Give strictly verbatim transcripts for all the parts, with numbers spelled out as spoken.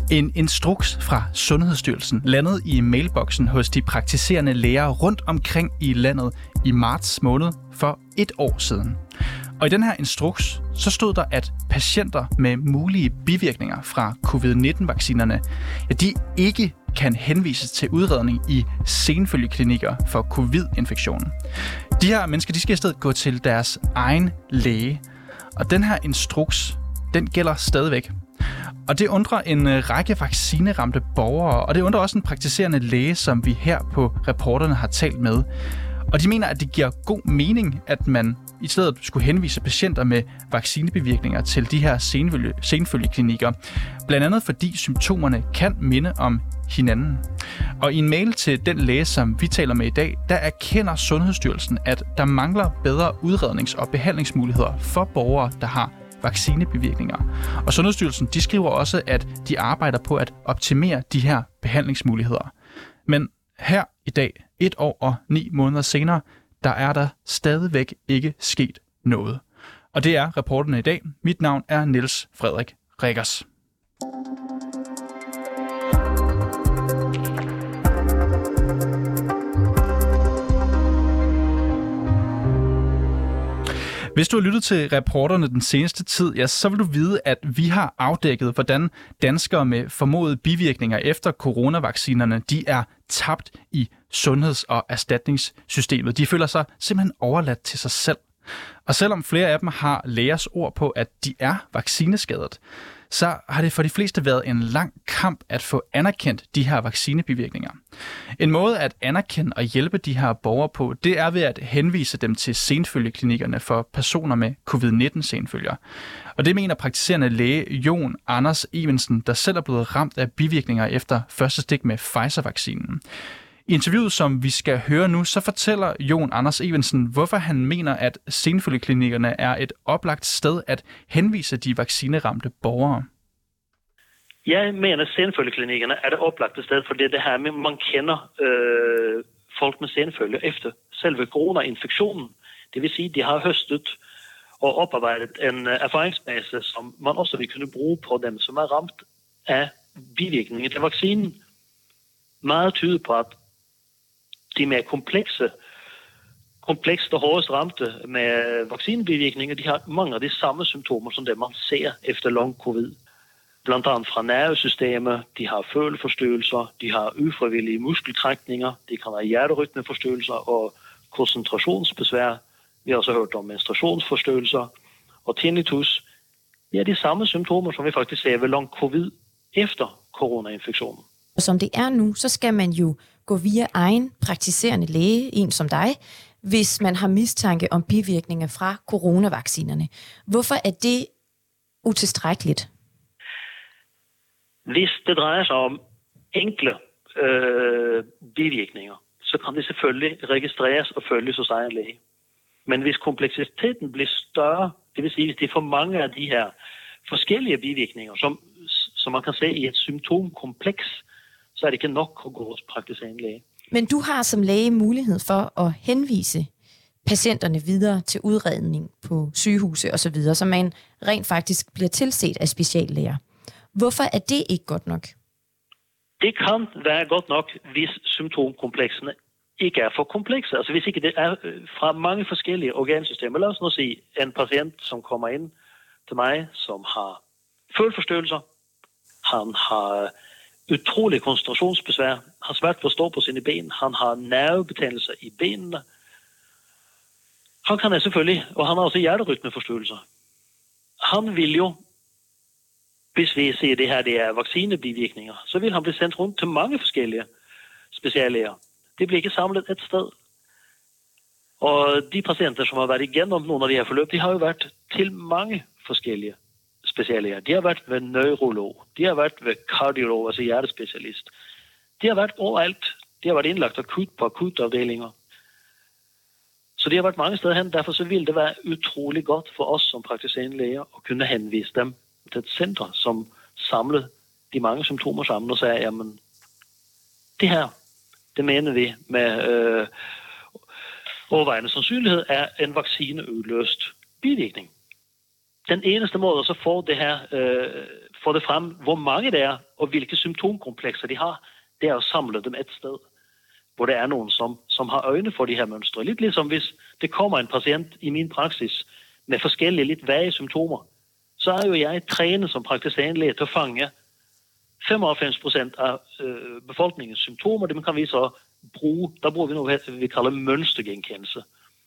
En instruks fra Sundhedsstyrelsen landede i mailboksen hos de praktiserende læger rundt omkring i landet i marts måned for et år siden. Og i den her instruks, så stod der, at patienter med mulige bivirkninger fra covid nitten-vaccinerne, ja, de ikke kan henvises til udredning i senfølgeklinikker for covid-infektionen. De her mennesker, de skal i stedet gå til deres egen læge. Og den her instruks, den gælder stadigvæk. Og det undrer en række vaccineramte borgere, og det undrer også en praktiserende læge, som vi her på Reporterne har talt med. Og de mener, at det giver god mening, at man i stedet skulle henvise patienter med vaccinebivirkninger til de her senfølge, senfølgeklinikker. Blandt andet fordi symptomerne kan minde om hinanden. Og i en mail til den læge, som vi taler med i dag, der erkender Sundhedsstyrelsen, at der mangler bedre udrednings- og behandlingsmuligheder for borgere, der har vaccinebivirkninger. Og Sundhedsstyrelsen, de skriver også, at de arbejder på at optimere de her behandlingsmuligheder. Men her i dag, et år og ni måneder senere, der er der stadigvæk ikke sket noget. Og det er Reporterne i dag. Mit navn er Niels Frederik Rikkers. Hvis du har lyttet til Reporterne den seneste tid, ja, så vil du vide, at vi har afdækket, hvordan danskere med formodede bivirkninger efter coronavaccinerne, de er tabt i sundheds- og erstatningssystemet. De føler sig simpelthen overladt til sig selv. Og selvom flere af dem har lægers ord på, at de er vaccineskadet, så har det for de fleste været en lang kamp at få anerkendt de her vaccinebivirkninger. En måde at anerkende og hjælpe de her borgere på, det er ved at henvise dem til senfølgeklinikkerne for personer med covid nitten-senfølger. Og det mener praktiserende læge Jon Anders Evensen, der selv er blevet ramt af bivirkninger efter første stik med Pfizer-vaccinen. I interviewet, som vi skal høre nu, så fortæller Jon Anders Evensen, hvorfor han mener, at senfølgeklinikkerne er et oplagt sted at henvise de vaccineramte borgere. Jeg mener, at senfølgeklinikkerne er det oplagte sted, for det er det her med, man kender øh, folk med senfølger efter selve coronainfektionen. Det vil sige, at de har høstet og oparbejdet en erfaringsbase, som man også vil kunne bruge på dem, som er ramt af bivirkninger til vaccinen. Meget tyder på, at de mere komplekse, komplekst og hårdest ramte med vaccinebivirkninger, de har mange af de samme symptomer, som det man ser efter long covid. Blandt andet fra nervesystemet, de har føleforstyrrelser, de har ufrivillige muskeltrækninger, de kan have hjerterytmeforstyrrelser og koncentrationsbesvær. Vi har også hørt om menstruationsforstyrrelser og tinnitus. Det er de samme symptomer, som vi faktisk ser ved long covid efter coronainfektionen. Som det er nu, så skal man jo gå via egen praktiserende læge, en som dig, hvis man har mistanke om bivirkninger fra coronavaccinerne. Hvorfor er det utilstrækkeligt? Hvis det drejer sig om enkle øh, bivirkninger, så kan det selvfølgelig registreres og følges hos egen læge. Men hvis kompleksiteten bliver større, det vil sige, hvis det er for mange af de her forskellige bivirkninger, som, som man kan se i et symptomkompleks, så er det ikke nok at gå hos praktiserende læge. Men du har som læge mulighed for at henvise patienterne videre til udredning på sygehuse osv., så man rent faktisk bliver tilset af speciallæger. Hvorfor er det ikke godt nok? Det kan være godt nok, hvis symptomkompleksene ikke er for komplekse. Altså hvis ikke det er fra mange forskellige organsystemer. Lad os nu sige en patient, som kommer ind til mig, som har føleforstyrrelser. Han har utrolig koncentrationsbesvær, har svært på at stå på sine ben, han har nervebetændelser i benene. Han kan selvfølgelig, og han har også hjerterytmeforstyrrelser. Han vil jo, hvis vi ser det her, det er vaccinebivirkninger, så vil han blive sendt rundt til mange forskellige speciallæger. Det bliver ikke samlet et sted. Og de patienter, som har været igennem nogle af de her forløb, de har jo været til mange forskellige speciallæger. De har været ved neurolog, de har været ved kardiolog, altså hjertespecialist. De har været overalt. De har været indlagt akut på akutafdelinger. Så de har været mange steder hen. Derfor så vil det være utrolig godt for os som praktiserende læger at kunne henvise dem til et center, som samler de mange symptomer sammen og siger, jamen, det her, det mener vi med øh, overvejende sandsynlighed, er en vaccineudløst bivirkning. den eneste måde at så få det her, øh, få det frem, hvor mange det er, og hvilke symptomkomplekser de har, det er at samle dem et sted, hvor det er nogen, som, som har øjne for de her mønstre. Lidt ligesom hvis det kommer en patient i min praksis med forskellige lidt vage symptomer, så er jo jeg trænet som praktiserende læge til at fange femoghalvfems procent af øh, befolkningens symptomer. Det man kan vi så bruge, der bruger vi noget, vi kalder mønstergenkendelse,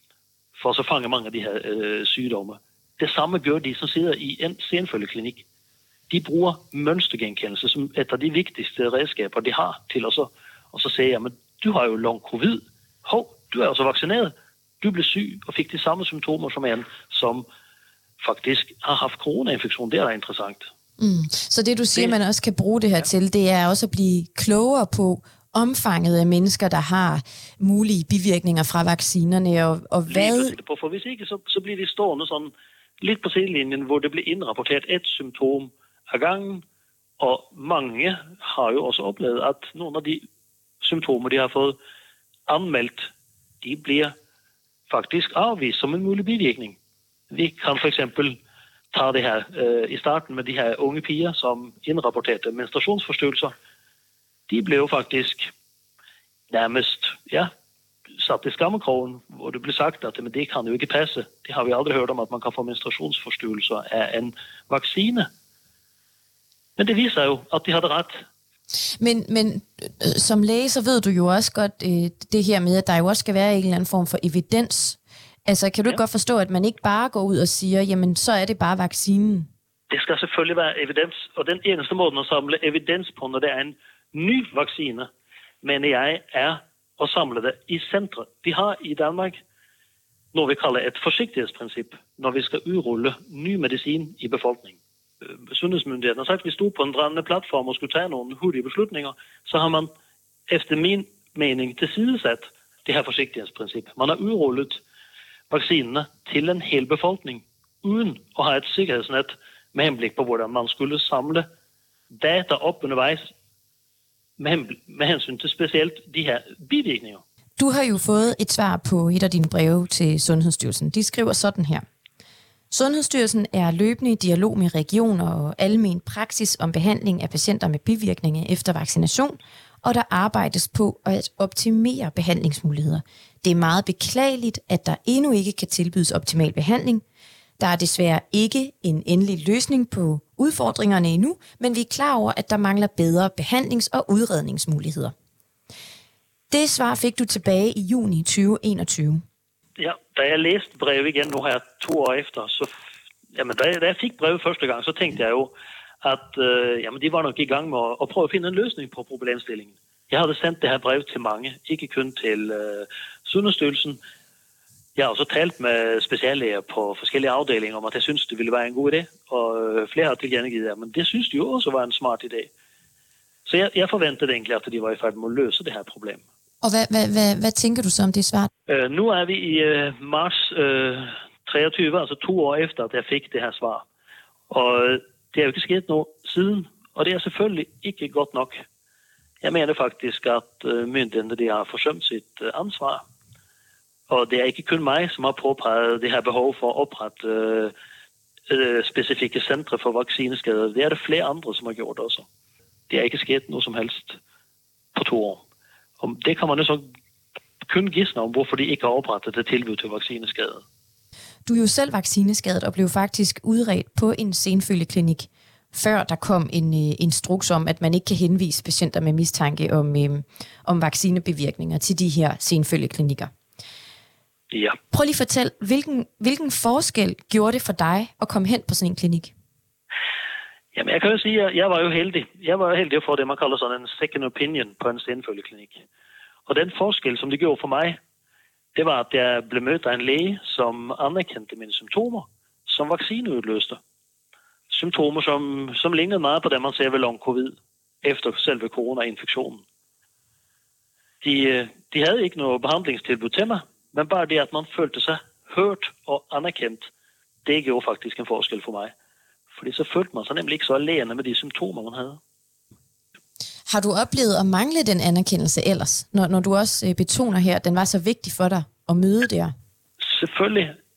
for så fange mange af de her øh, sygdomme. Det samme gør de, som sidder i en senfølgeklinik. De bruger mønstergenkendelse som et af de vigtigste redskaber, de har til at så, og så sige, jamen, du har jo long covid. Hov, du er også vaccineret. Du blev syg og fik de samme symptomer som en, som faktisk har haft coronainfektion. Det er da interessant. Mm. Så det, du siger, det, man også kan bruge det her ja. til, det er også at blive klogere på omfanget af mennesker, der har mulige bivirkninger fra vaccinerne, og, og hvad... På, for hvis ikke, så, så bliver det stående sådan lidt på sidelinjen, hvor det bliver indrapporteret et symptom ad gangen, og mange har jo også oplevet, at nogle af de symptomer, de har fået anmeldt, de bliver faktisk afvist som en mulig bivirkning. Vi kan for eksempel tage det her øh, i starten med de her unge piger, som indrapporterede menstruationsforstyrrelser. De blev faktisk nærmest, ja, sat i skammekrogen, hvor det blev sagt, at men det kan jo ikke passe. Det har vi aldrig hørt om, at man kan få menstruationsforstyrrelser af en vaccine. Men det viser jo, at de havde ret. Men, men som læge, så ved du jo også godt øh, det her med, at der jo også skal være en eller anden form for evidens. Altså, kan du ja. godt forstå, at man ikke bare går ud og siger, jamen, så er det bare vaccinen? Det skal selvfølgelig være evidens, og den eneste måde at samle evidens på, når det er en ny vaccine, mener jeg, er at samle det i centre. Vi har i Danmark noget, vi kalder et forsigtighedsprincip, når vi skal udrulle ny medicin i befolkningen. Sundhedsmyndigheden har sagt, at vi stod på en brændende platform og skulle tage nogle hurtige beslutninger, så har man efter min mening tilsidesat det her forsigtighedsprincip. Man har udrullet vaccinerne til en hel befolkning, uden at have et sikkerhedsnet med henblik på, hvordan man skulle samle data op undervejs med, med hensyn til specielt de her bivirkninger. Du har jo fået et svar på et af dine breve til Sundhedsstyrelsen. De skriver sådan her. Sundhedsstyrelsen er løbende i dialog med regioner og almen praksis om behandling af patienter med bivirkninger efter vaccination, og der arbejdes på at optimere behandlingsmuligheder. Det er meget beklageligt, at der endnu ikke kan tilbydes optimal behandling. Der er desværre ikke en endelig løsning på udfordringerne endnu, men vi er klar over, at der mangler bedre behandlings- og udredningsmuligheder. Det svar fik du tilbage i juni tyve enogtyve. Ja, da jeg læste brevet igen nu her to år efter, så jamen, da, jeg, da jeg fik brevet første gang, så tænkte jeg jo, at øh, jamen, de var nok i gang med at, at prøve at finde en løsning på problemstillingen. Jeg havde sendt det her brev til mange, ikke kun til øh, Sundhedsstyrelsen. Jeg har også talt med speciallæger på forskellige afdelinger om, at jeg synes, det ville være en god idé, og øh, flere har tilkendegivet det, men det synes de jo også var en smart idé. Så jeg, jeg forventede egentlig, at de var i færd med at løse det her problem. Og hvad, hvad, hvad, hvad tænker du så om det svar? Øh, nu er vi i øh, marts øh, treogtyve, altså to år efter, at jeg fik det her svar. Og det er jo ikke sket noget siden, og det er selvfølgelig ikke godt nok. Jeg mener faktisk, at øh, myndighederne de har forsømt sit øh, ansvar. Og det er ikke kun mig, som har påpeget det her behov for at oprette øh, øh, specifikke centre for vaccineskader. Det er det flere andre, som har gjort også. Det er ikke sket noget som helst på to år. Og det kan man jo så kun gisne om, hvorfor de ikke har oprettet et tilbud til vaccineskader. Du er jo selv vaccineskadet og blev faktisk udredt på en senfølgeklinik, før der kom en øh, instruks om, at man ikke kan henvise patienter med mistanke om, øh, om vaccinebevirkninger til de her senfølgeklinikker. Ja. Prøv lige at fortælle, hvilken, hvilken forskel gjorde det for dig at komme hen på sådan en klinik? Jamen, jeg kan jo sige, at jeg var jo heldig. Jeg var jo heldig at få det, man kalder sådan en second opinion på en senfølgeklinik. Og den forskel, som det gjorde for mig, det var, at jeg blev mødt af en læge, som anerkendte mine symptomer, som vaccineudløste. Symptomer, som, som lignede meget på det, man ser ved long covid, efter selve coronainfektionen. De, de havde ikke noget behandlingstilbud til mig, men bare det, at man følte sig hørt og anerkendt, det gjorde faktisk en forskel for mig. Fordi så følte man sig nemlig ikke så alene med de symptomer, man havde. Har du oplevet at mangle den anerkendelse ellers, når, når du også betoner her, at den var så vigtig for dig at møde der? Selvfølgelig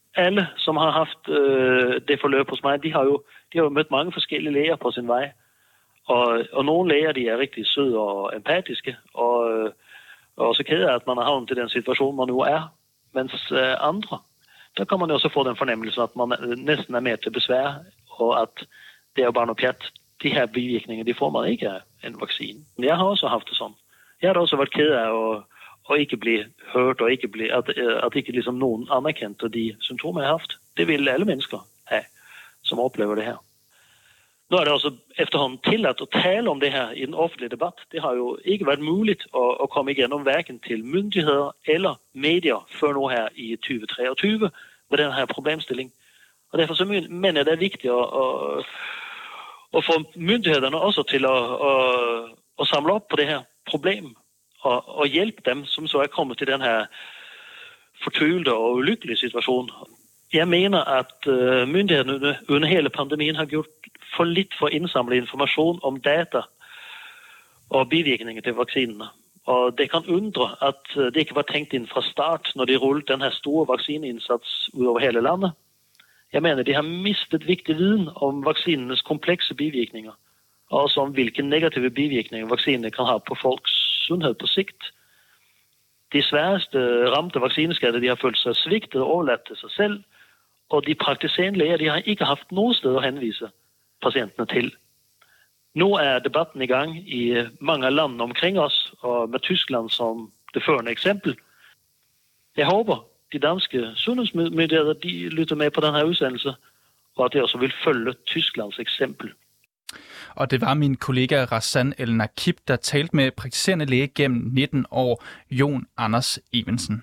alle, som har haft øh, det forløb hos mig, de har jo, de har jo mødt mange forskellige læger på sin vej. Og, og nogle læger, de er rigtig søde og empatiske, og, øh, og også kede af, at man har havnet i den situation, man nu er. Mens øh, andre, der kan man jo også få den fornemmelse, at man næsten er mere til besvær, og at det er jo bare noget pjat. De her bivirkninger, de får man ikke af en vaccine. Men jeg har også haft det sådan. Jeg har også været ked af at, at ikke blive hørt, og ikke blive, at, at ikke ligesom nogen anerkendte de symptomer, jeg har haft. Det vil alle mennesker have, som oplever det her. Nu er det også efterhånden tilladt at tale om det her i den offentlige debat. Det har jo ikke været muligt at, at komme igennem hverken til myndigheder eller medier før nu her i tyve treogtyve med den her problemstilling. Og derfor så mener jeg, det er vigtigt at, at, at få myndighederne også til at, at, at samle op på det her problem og, og hjælpe dem, som så er kommet til den her fortvivlede og ulykkelige situation. Jeg mener, at uh, myndighederne under hele pandemien har gjort for lidt for at indsamle information om data og bivirkninger til vaccinerne. Og det kan undre, at uh, det ikke var tænkt ind fra start, når de rullede den her store vaccineindsats ud over hele landet. Jeg mener, de har mistet vigtig viden om vaccinernes komplekse bivirkninger, og også om hvilke negative bivirkninger vaccinerne kan have på folks sundhed på sigt. De sværeste ramte vaccineskader, de har følt sig svigtet og overladt til sig selv, og de praktiserende læger, de har ikke haft nogen sted at henvise patienterne til. Nu er debatten i gang i mange af landene omkring os, og med Tyskland som det førende eksempel. Jeg håber, de danske sundhedsmyndigheder, de lytter med på den her udsendelse, og at de også vil følge Tysklands eksempel. Og det var min kollega Rassan El Nakib, der talte med praktiserende læge gennem nitten år, Jon Anders Evensen.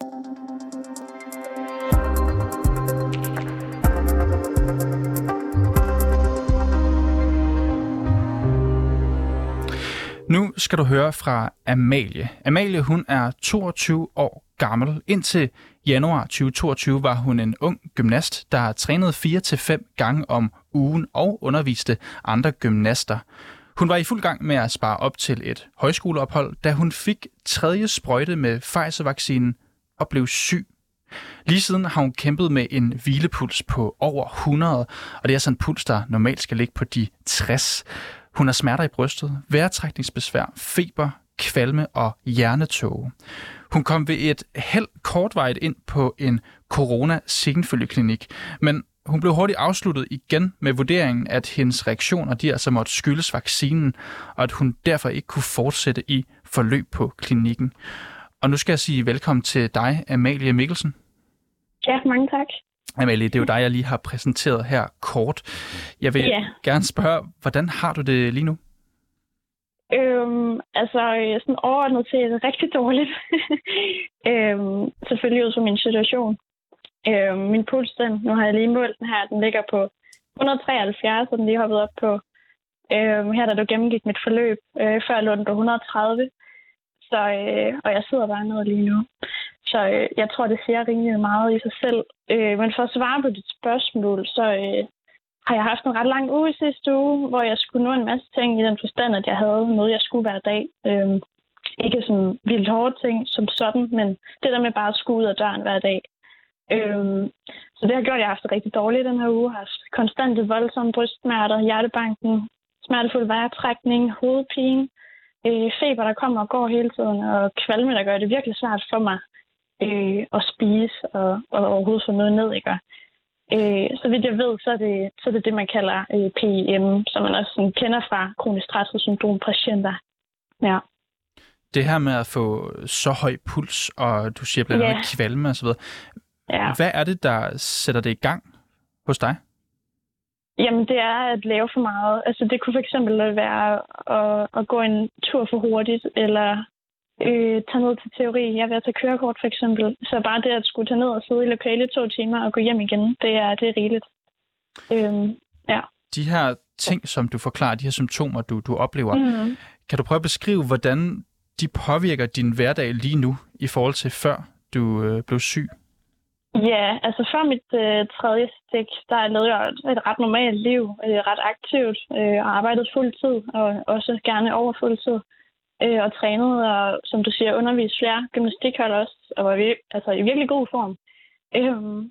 Nu skal du høre fra Amalie. Amalie, hun er toogtyve år gammel. Indtil januar tyve toogtyve var hun en ung gymnast, der trænede fire til fem gange om ugen og underviste andre gymnaster. Hun var i fuld gang med at spare op til et højskoleophold, da hun fik tredje sprøjte med Pfizer-vaccinen og blev syg. Lige siden har hun kæmpet med en hvilepuls på over hundrede, og det er sådan en puls, der normalt skal ligge på de tres. Hun har smerter i brystet, vejrtrækningsbesvær, feber, kvalme og hjernetåge. Hun kom ved et held kortvarigt ind på en corona-senfølgeklinik, men hun blev hurtigt afsluttet igen med vurderingen, at hendes reaktioner de altså måtte skyldes vaccinen, og at hun derfor ikke kunne fortsætte i forløb på klinikken. Og nu skal jeg sige velkommen til dig, Amalie Mikkelsen. Ja, mange tak. Amalie, det er jo dig, jeg lige har præsenteret her kort. Jeg vil yeah. gerne spørge, hvordan har du det lige nu? Øhm, altså, sådan overordnet set rigtig dårligt. øhm, selvfølgelig ud fra min situation. Øhm, min puls, den, nu har jeg lige målt den her, den ligger på et hundrede og treoghalvfjerds, og den lige hoppet op på. Øhm, her, da du gennemgik mit forløb, øh, før lå den på et hundrede og tredive. Så, øh, og jeg sidder bare nede lige nu. Så øh, jeg tror, det siger rimelig meget i sig selv. Øh, men for at svare på dit spørgsmål, så øh, har jeg haft en ret lang uge sidste uge, hvor jeg skulle nå en masse ting i den forstand, at jeg havde noget, jeg skulle hver dag. Øh, ikke sådan vildt hårde ting som sådan, men det der med bare at skulle ud af døren hver dag. Øh, så det har gjort, at jeg har haft det rigtig dårligt den her uge. Jeg har haft konstante voldsomme brystsmerter, hjertebanken, smertefuld vejrtrækning, hovedpine, øh, feber, der kommer og går hele tiden, og kvalme, der gør det virkelig svært for mig øh, at spise og, og overhovedet få noget ned, ikke? Øh, så vidt jeg ved, så er det så er det, det, man kalder øh, P I M, som man også sådan, kender fra kronisk stresssyndrom-patienter. Ja. Det her med at få så høj puls, og du siger blandt andet yeah. kvalme og så videre. Ja. Hvad er det, der sætter det i gang hos dig? Jamen, det er at lave for meget. Altså, det kunne for eksempel være at, at gå en tur for hurtigt, eller øh, tage ned til teori. Jeg er ved at tage kørekort, for eksempel. Så bare det at skulle tage ned og sidde i lokalet to timer og gå hjem igen, det er, det er rigeligt. Øhm, ja. De her ting, som du forklarer, de her symptomer, du, du oplever, mm-hmm. kan du prøve at beskrive, hvordan de påvirker din hverdag lige nu, i forhold til før du øh, blev syg? Ja, altså før mit øh, tredje stik, der levede jeg et, et ret normalt liv, øh, ret aktivt, øh, og arbejdede fuld tid, og også gerne over fuld tid, øh, og trænede, og som du siger, underviste flere gymnastikhold også, og var vir- altså, i virkelig god form. Øh,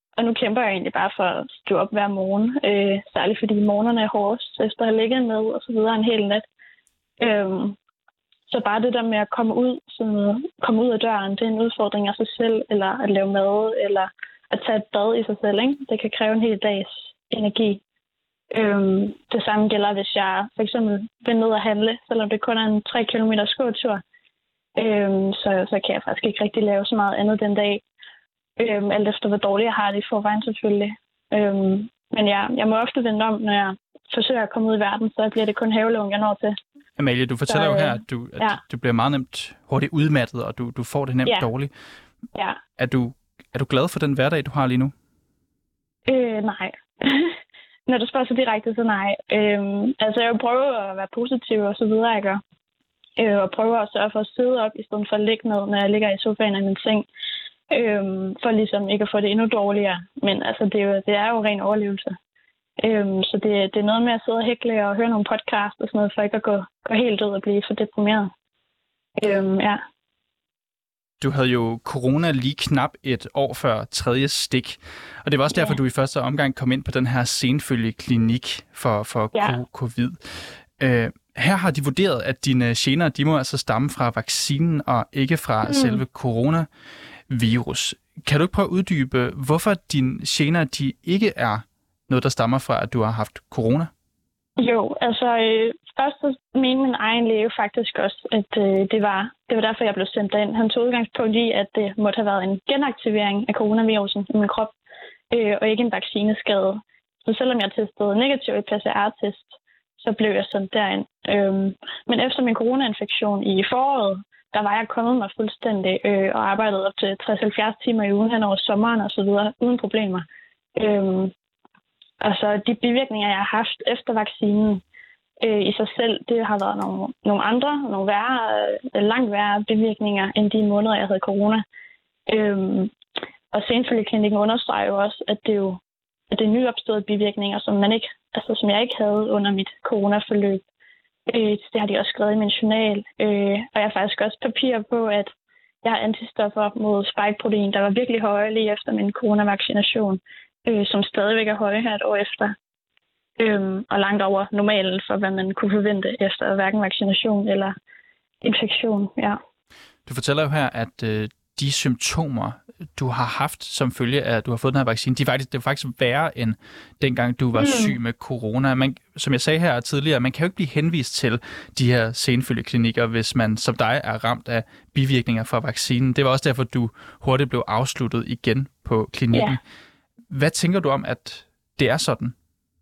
Og nu kæmper jeg egentlig bare for at stå op hver morgen. Øh, særligt fordi morgenerne er hårdest, efter at have ligget med og så videre en hel nat. Øhm, så bare det der med at komme ud, sådan, komme ud af døren, det er en udfordring af sig selv, eller at lave mad, eller at tage et bad i sig selv. Ikke? Det kan kræve en hel dags energi. Øhm, det samme gælder, hvis jeg for eksempel vil ned og handle, selvom det kun er en tre kilometer gåtur. Øhm, så, så kan jeg faktisk ikke rigtig lave så meget andet den dag. Øhm, alt efter, hvor dårligt jeg har det i forvejen selvfølgelig. Øhm, men ja, jeg må ofte vende om, når jeg forsøger at komme ud i verden, så bliver det kun havelån, jeg når til. Amalie, du fortæller så, øh, jo her, at, du, at ja. du bliver meget nemt hurtigt udmattet, og du, du får det nemt ja. dårligt. Ja. Er du, er du glad for den hverdag, du har lige nu? Øh, nej. Når du spørger så direkte, så nej. Øhm, altså, jeg prøver at være positiv og så videre, jeg gør. Øh, og prøver at sørge for at sidde op, i stedet for at ligge ned, når jeg ligger i sofaen i min seng. Øhm, for ligesom ikke at få det endnu dårligere. Men altså, det er jo, det er jo ren overlevelse. Øhm, så det, det er noget med at sidde og hækle og høre nogle podcasts og sådan noget, for ikke at gå, gå helt ud og blive for deprimeret. Øhm, ja. Du havde jo corona lige knap et år før tredje stik, og det var også derfor, ja. du i første omgang kom ind på den her senfølgeklinik for, for ja. covid. Øh, her har de vurderet, at dine gener, de må altså stamme fra vaccinen og ikke fra mm. selve coronavirus. Kan du ikke prøve at uddybe, hvorfor dine gener, de ikke er noget, der stammer fra, at du har haft corona? Jo, altså øh, først så mente min egen læge faktisk også, at øh, det, var, det var derfor, jeg blev sendt derind. Han tog udgangspunkt i, at det måtte have været en genaktivering af coronavirusen i min krop, øh, og ikke en vaccineskade. Så selvom jeg testede negativ i P C R-test, så blev jeg sendt derind. Øhm, men efter min coronainfektion i foråret, der var jeg kommet mig fuldstændig øh, og arbejdet op til tres til halvfjerds timer i ugen hen over sommeren og så videre, uden problemer. Øhm, Altså, de bivirkninger, jeg har haft efter vaccinen øh, i sig selv, det har været nogle, nogle andre, nogle værre, øh, langt værre bivirkninger, end de måneder, jeg havde corona. Øhm, og senfølgeklinikken understreger jo også, at det, jo, at det er nyopståede bivirkninger, som, man ikke, altså, som jeg ikke havde under mit coronaforløb. Øh, det har de også skrevet i min journal. Øh, og jeg har faktisk også papir på, at jeg har antistoffer mod spike-protein, der var virkelig høje lige efter min coronavaccination. Øh, som stadigvæk er høje her et år efter, øhm, og langt over normalen for, hvad man kunne forvente efter hverken vaccination eller infektion. Ja. Du fortæller jo her, at øh, de symptomer, du har haft som følge af, at du har fået den her vaccine, de er faktisk, det er faktisk værre end dengang, du var mm. syg med corona. Man, som jeg sagde her tidligere, man kan jo ikke blive henvist til de her senfølgeklinikker, hvis man som dig er ramt af bivirkninger fra vaccinen. Det var også derfor, du hurtigt blev afsluttet igen på klinikken. Yeah. Hvad tænker du om, at det er sådan?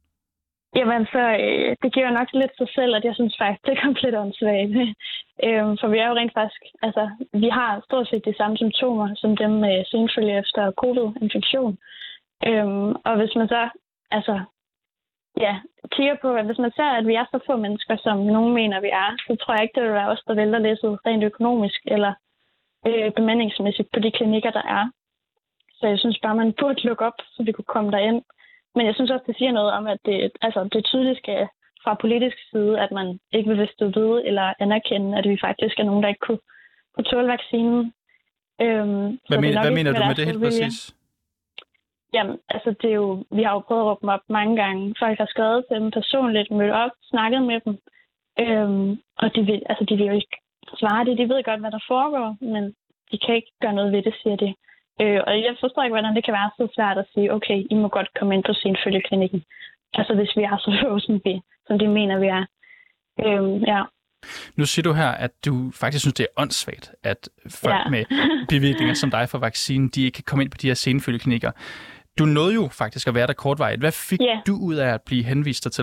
Jamen, så øh, det giver nok lidt sig selv, at jeg synes faktisk, det er komplet åndssvagt. øhm, for vi er jo rent faktisk, altså, vi har stort set de samme symptomer, som dem med senfølge efter covid-infektion. Øhm, og hvis man så, altså, ja, kigger på, at hvis man ser, at vi er så få mennesker, som nogen mener, vi er, så tror jeg ikke, det vil være os, der vælter læsset rent økonomisk eller øh, bemandingsmæssigt på de klinikker, der er. Så jeg synes bare, man burde lukke op, så vi kunne komme derind. Men jeg synes også, det siger noget om, at det, altså, det tydeligt skal fra politisk side, at man ikke vil stå ved eller anerkende, at vi faktisk er nogen, der ikke kunne, kunne tåle vaccinen. Øhm, hvad men, hvad mener du med det helt vilje. præcis? Jamen, altså det er jo, vi har jo prøvet at råbe dem op mange gange. Folk har skrevet til dem personligt, mødt op, snakket med dem. Øhm, og de vil, altså, de vil jo ikke svare det. De ved godt, hvad der foregår, men de kan ikke gøre noget ved det, siger de. Øh, og jeg forstår ikke, hvordan det kan være så svært at sige, okay, I må godt komme ind på senfølgeklinikken. Altså hvis vi er så få, som, vi, som de mener, vi er. Øhm, ja. Nu siger du her, at du faktisk synes, det er åndssvagt, at folk ja. med bivirkninger som dig fra vaccinen, de ikke kan komme ind på de her senfølgeklinikker. Du nåede jo faktisk at være der kortvarigt. Hvad fik yeah. du ud af at blive henvist dertil?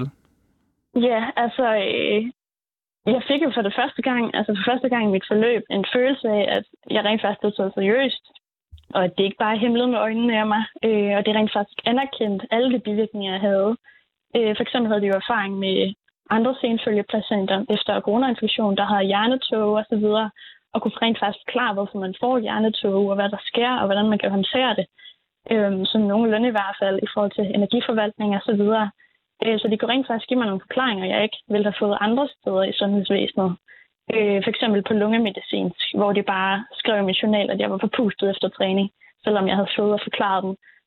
Ja, altså, øh, jeg fik jo for det første gang, altså for første gang i mit forløb, en følelse af, at jeg rent faktisk blev så seriøst, og at det ikke bare himlede med øjnene af mig, øh, og det rent faktisk anerkendt alle de bivirkninger, jeg havde. Øh, for eksempel havde de jo erfaring med andre senfølgepatienter efter coronainfektion, der havde hjernetåge og så videre, og kunne rent faktisk forklare, hvorfor man får hjernetåge, og hvad der sker, og hvordan man kan håndtere det. Øhm, som nogenlunde i hvert fald i forhold til energiforvaltning og så videre. Øh, så de kunne rent faktisk give mig nogle forklaringer, jeg ikke ville have fået andre steder i sundhedsvæsenet. Øh, for eksempel på lungemedicinsk, hvor de bare skrev i min journal, at jeg var forpustet efter træning, selvom jeg havde fået og forklaret dem,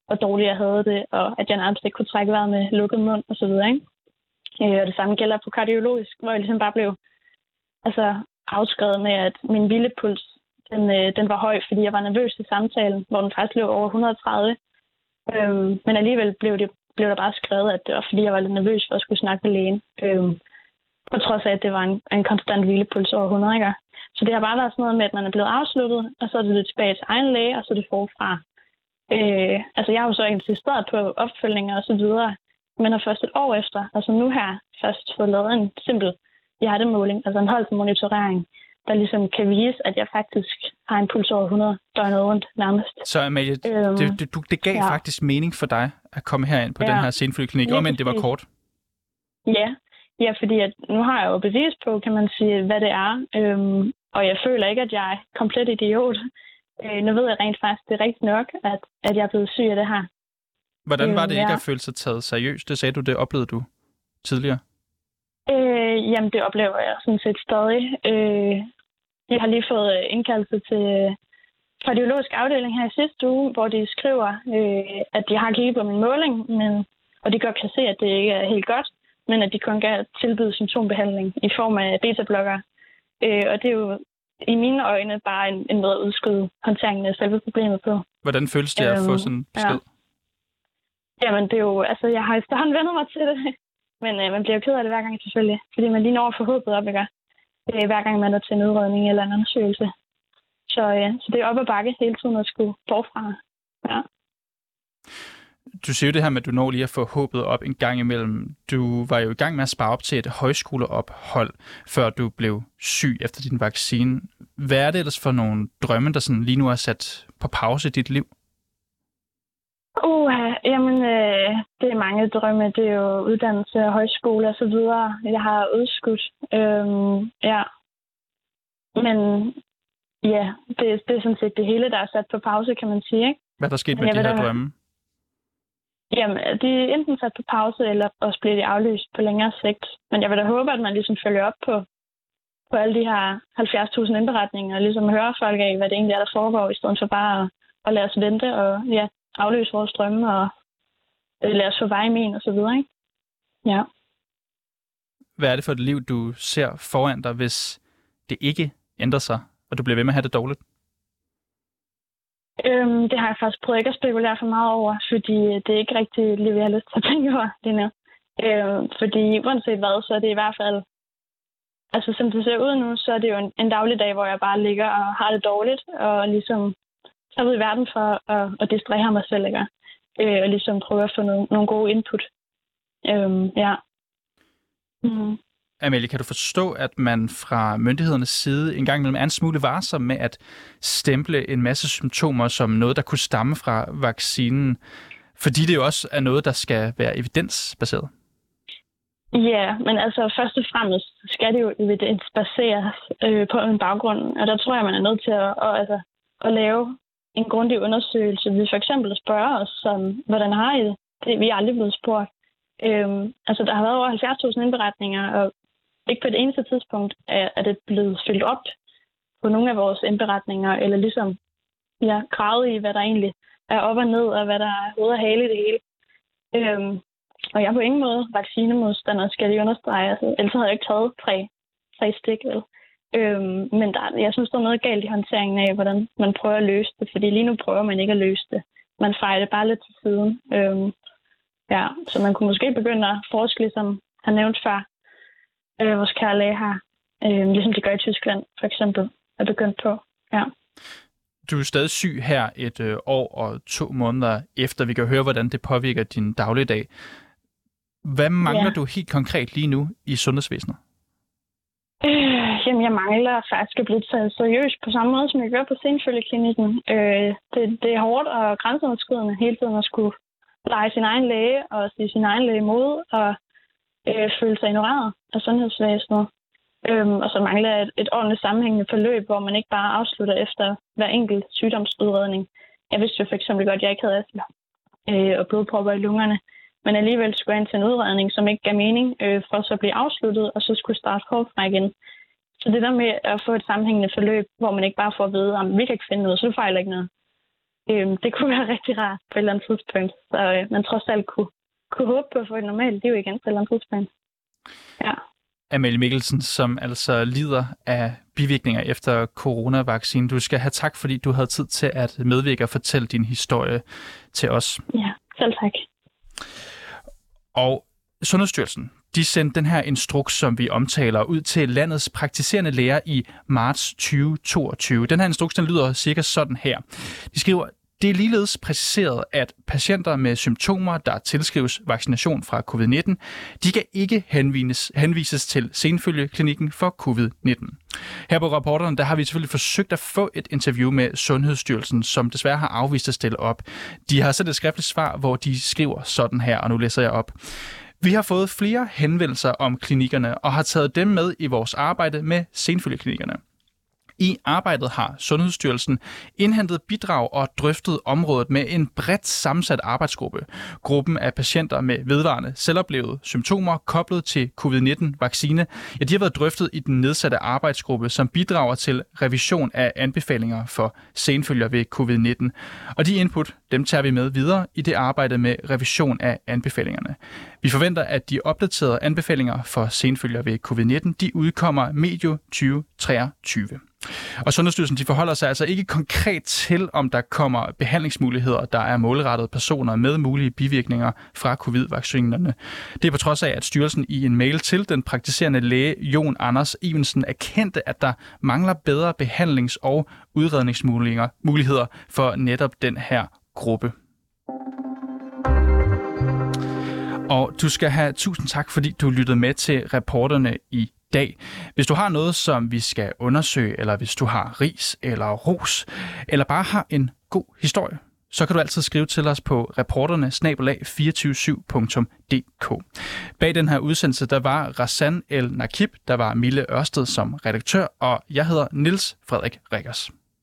hvor dårligt jeg havde det, og at jeg nærmest ikke kunne trække vejret med lukket mund og så videre, ikke? Øh, og det samme gælder på kardiologisk, hvor jeg ligesom bare blev altså, afskrevet med, at min hvilepuls, den, øh, den var høj, fordi jeg var nervøs i samtalen, hvor den faktisk lå over et hundrede og tredive. Øhm, men alligevel blev, det, blev der bare skrevet, at det var, fordi jeg var lidt nervøs for at skulle snakke med lægen. Øhm, på trods af, at det var en, en konstant hvilepuls over hundrede, ikke? Så det har bare været sådan noget med, at man er blevet afsluttet, og så er det tilbage til egen læge, og så er det forfra. Øh, altså, jeg har jo så insisteret på opfølgninger og så videre, men har først et år efter, altså nu her, først fået lavet en simpel hjertemåling, altså en holdmonitorering, der ligesom kan vise, at jeg faktisk har en puls over hundrede døgnet rundt nærmest. Så Amalie, øhm, det, det, det gav ja. faktisk mening for dig at komme herind på ja. den her senfølgeklinik, om end det var kort? Ja. ja, fordi at nu har jeg jo bevis på, kan man sige, hvad det er, øhm, og jeg føler ikke, at jeg er komplet idiot. Øh, nu ved jeg rent faktisk, det er rigtigt nok, at, at jeg er blevet syg af det her. Hvordan var det øh, ikke ja. at føle sig taget seriøst? Det sagde du, det oplevede du tidligere. Øh, jamen, det oplever jeg sådan set stadig. Øh, jeg har lige fået indkaldelse til kardiologisk afdeling her i sidste uge, hvor de skriver, øh, at de har kigget på min måling, men, og de godt kan se, at det ikke er helt godt, men at de kun kan tilbyde symptombehandling i form af beta-blokkere. Øh, og det er jo i mine øjne bare en, en måde at udskyde håndteringen af selve problemet på. Hvordan føles det at øhm, få sådan en besked? Ja. Jamen, det er jo, altså, jeg har efterhånden vendt mig til det. Men øh, man bliver jo ked af det hver gang selvfølgelig, fordi man lige når at få håbet op, ikke? Øh, hver gang man er til en udredning eller en undersøgelse. Så, øh, så det er op ad bakke hele tiden at skulle forfra. Ja. Du siger jo det her med, at du når lige at få håbet op en gang imellem. Du var jo i gang med at spare op til et højskoleophold, før du blev syg efter din vaccine. Hvad er det ellers for nogle drømme, der sådan lige nu er sat på pause i dit liv? Uh, jamen, øh, det er mange drømme. Det er jo uddannelse, højskole og så videre. Jeg har udskudt. Øhm, ja. Men ja, det, det er sådan set det hele, der er sat på pause, kan man sige, ikke? Hvad er der sket med jeg de her drømme? Jamen, de er enten sat på pause, eller også bliver de aflyst på længere sigt. Men jeg vil da håbe, at man ligesom følger op på, på alle de her halvfjerds tusind indberetninger, og ligesom hører folk af, hvad det egentlig er, der foregår, i stedet for bare at, at lade os vente og ja, afløse vores drømme og øh, lade os få vej i min og så videre, ikke? Ja. Hvad er det for et liv, du ser foran dig, hvis det ikke ændrer sig, og du bliver ved med at have det dårligt? Øhm, det har jeg faktisk prøvet ikke at spekulere for meget over, fordi det er ikke rigtig et liv, jeg har lyst til at tænke over lige nu. Øhm, fordi uanset hvad, så er det i hvert fald... Altså, som det ser ud nu, så er det jo en, en daglig dag, hvor jeg bare ligger og har det dårligt, og ligesom tager ud i verden for at, at distrahere mig selv, ikke? Øh, og ligesom prøve at få nogle, nogle gode input. Øhm, ja. Mm. Amalie, kan du forstå, at man fra myndighedernes side en gang imellem er en smule varsom med at stemple en masse symptomer som noget, der kunne stamme fra vaccinen, fordi det jo også er noget, der skal være evidensbaseret? Ja, men altså først og fremmest skal det jo evidensbaseres øh, på en baggrund, og der tror jeg, man er nødt til at, og, altså, at lave en grundig undersøgelse. Vi for eksempel spørger os, som, hvordan har I det? Det vi er aldrig blevet spurgt. Øhm, altså, der har været over halvfjerds tusind indberetninger, og ikke på et eneste tidspunkt er, er det blevet fyldt op på nogle af vores indberetninger, eller ligesom ja, gravet i, hvad der egentlig er op og ned, og hvad der er hoved og hale i det hele. Øhm, og jeg er på ingen måde vaccinemodstander, skal de understrege. Altså, ellers havde jeg ikke taget tre, tre stik, vel? Øhm, men der, jeg synes, der er noget galt i håndteringen af, hvordan man prøver at løse det, fordi lige nu prøver man ikke at løse det. Man fejrer det bare lidt til siden. Øhm, ja, så man kunne måske begynde at forske, ligesom han nævnte før, øh, vores kære læge her, øh, ligesom de gør i Tyskland, for eksempel, er begyndt på. Ja. Du er stadig syg her et øh, år og to måneder efter. Vi kan høre, hvordan det påvirker din dagligdag. Hvad mangler ja. du helt konkret lige nu i sundhedsvæsenet? Øh, jamen, jeg mangler faktisk at blive taget seriøst på samme måde, som jeg gør på senfølgeklinikken. Øh, det, det er hårdt og grænseoverskridende hele tiden at skulle lege sin egen læge og sige sin egen læge imod og øh, føle sig ignoreret af sundhedsvæsenet. Øhm, og så mangler jeg et, et ordentligt sammenhængende forløb, hvor man ikke bare afslutter efter hver enkelt sygdomsudredning. Jeg vidste jo for eksempel godt, at jeg ikke havde astma øh, og blodpropper i lungerne, men alligevel skulle jeg ind til en udredning, som ikke gav mening, øh, for så at blive afsluttet, og så skulle starte forfra igen. Så det der med at få et sammenhængende forløb, hvor man ikke bare får at vide, at vi kan ikke finde noget, så du fejler ikke noget. Øhm, det kunne være rigtig rart på et eller andet tidspunkt, så øh, man trods alt kunne, kunne håbe på at få et normalt liv igen på et eller andet tidspunkt. Ja. Amalie Mikkelsen, som altså lider af bivirkninger efter coronavaccinen. Du skal have tak, fordi du havde tid til at medvirke og fortælle din historie til os. Ja, selv tak. Og Sundhedsstyrelsen, de sendte den her instruks, som vi omtaler, ud til landets praktiserende læger i marts tyve toogtyve. Den her instruks, den lyder cirka sådan her. De skriver: Det er ligeledes præciseret, at patienter med symptomer, der tilskrives vaccination fra covid nitten, de kan ikke henvises, henvises til senfølgeklinikken for covid nitten. Her på Reporterne, der har vi selvfølgelig forsøgt at få et interview med Sundhedsstyrelsen, som desværre har afvist at stille op. De har sendt et skriftligt svar, hvor de skriver sådan her, og nu læser jeg op. Vi har fået flere henvendelser om klinikkerne og har taget dem med i vores arbejde med senfølgeklinikkerne. I arbejdet har Sundhedsstyrelsen indhentet bidrag og drøftet området med en bredt sammensat arbejdsgruppe. Gruppen af patienter med vedvarende selvoplevede symptomer koblet til covid nitten-vaccine, ja, de har været drøftet i den nedsatte arbejdsgruppe, som bidrager til revision af anbefalinger for senfølger ved covid nitten. Og de input, dem tager vi med videre i det arbejde med revision af anbefalingerne. Vi forventer, at de opdaterede anbefalinger for senfølger ved covid nitten, de udkommer medio tyve treogtyve. Og Sundhedsstyrelsen, de forholder sig altså ikke konkret til, om der kommer behandlingsmuligheder, der er målrettet personer med mulige bivirkninger fra covid-vaccinerne. Det er på trods af, at styrelsen i en mail til den praktiserende læge Jon Anders Evensen erkendte, at der mangler bedre behandlings- og udredningsmuligheder for netop den her gruppe. Og du skal have tusind tak, fordi du lyttede med til Reporterne i dag. Hvis du har noget, som vi skal undersøge, eller hvis du har ris eller ros, eller bare har en god historie, så kan du altid skrive til os på reporterne snabel-a to fire syv punktum d k. Bag den her udsendelse, der var Rassan El Nakib, der var Mille Ørsted som redaktør, og jeg hedder Niels Frederik Rikkers.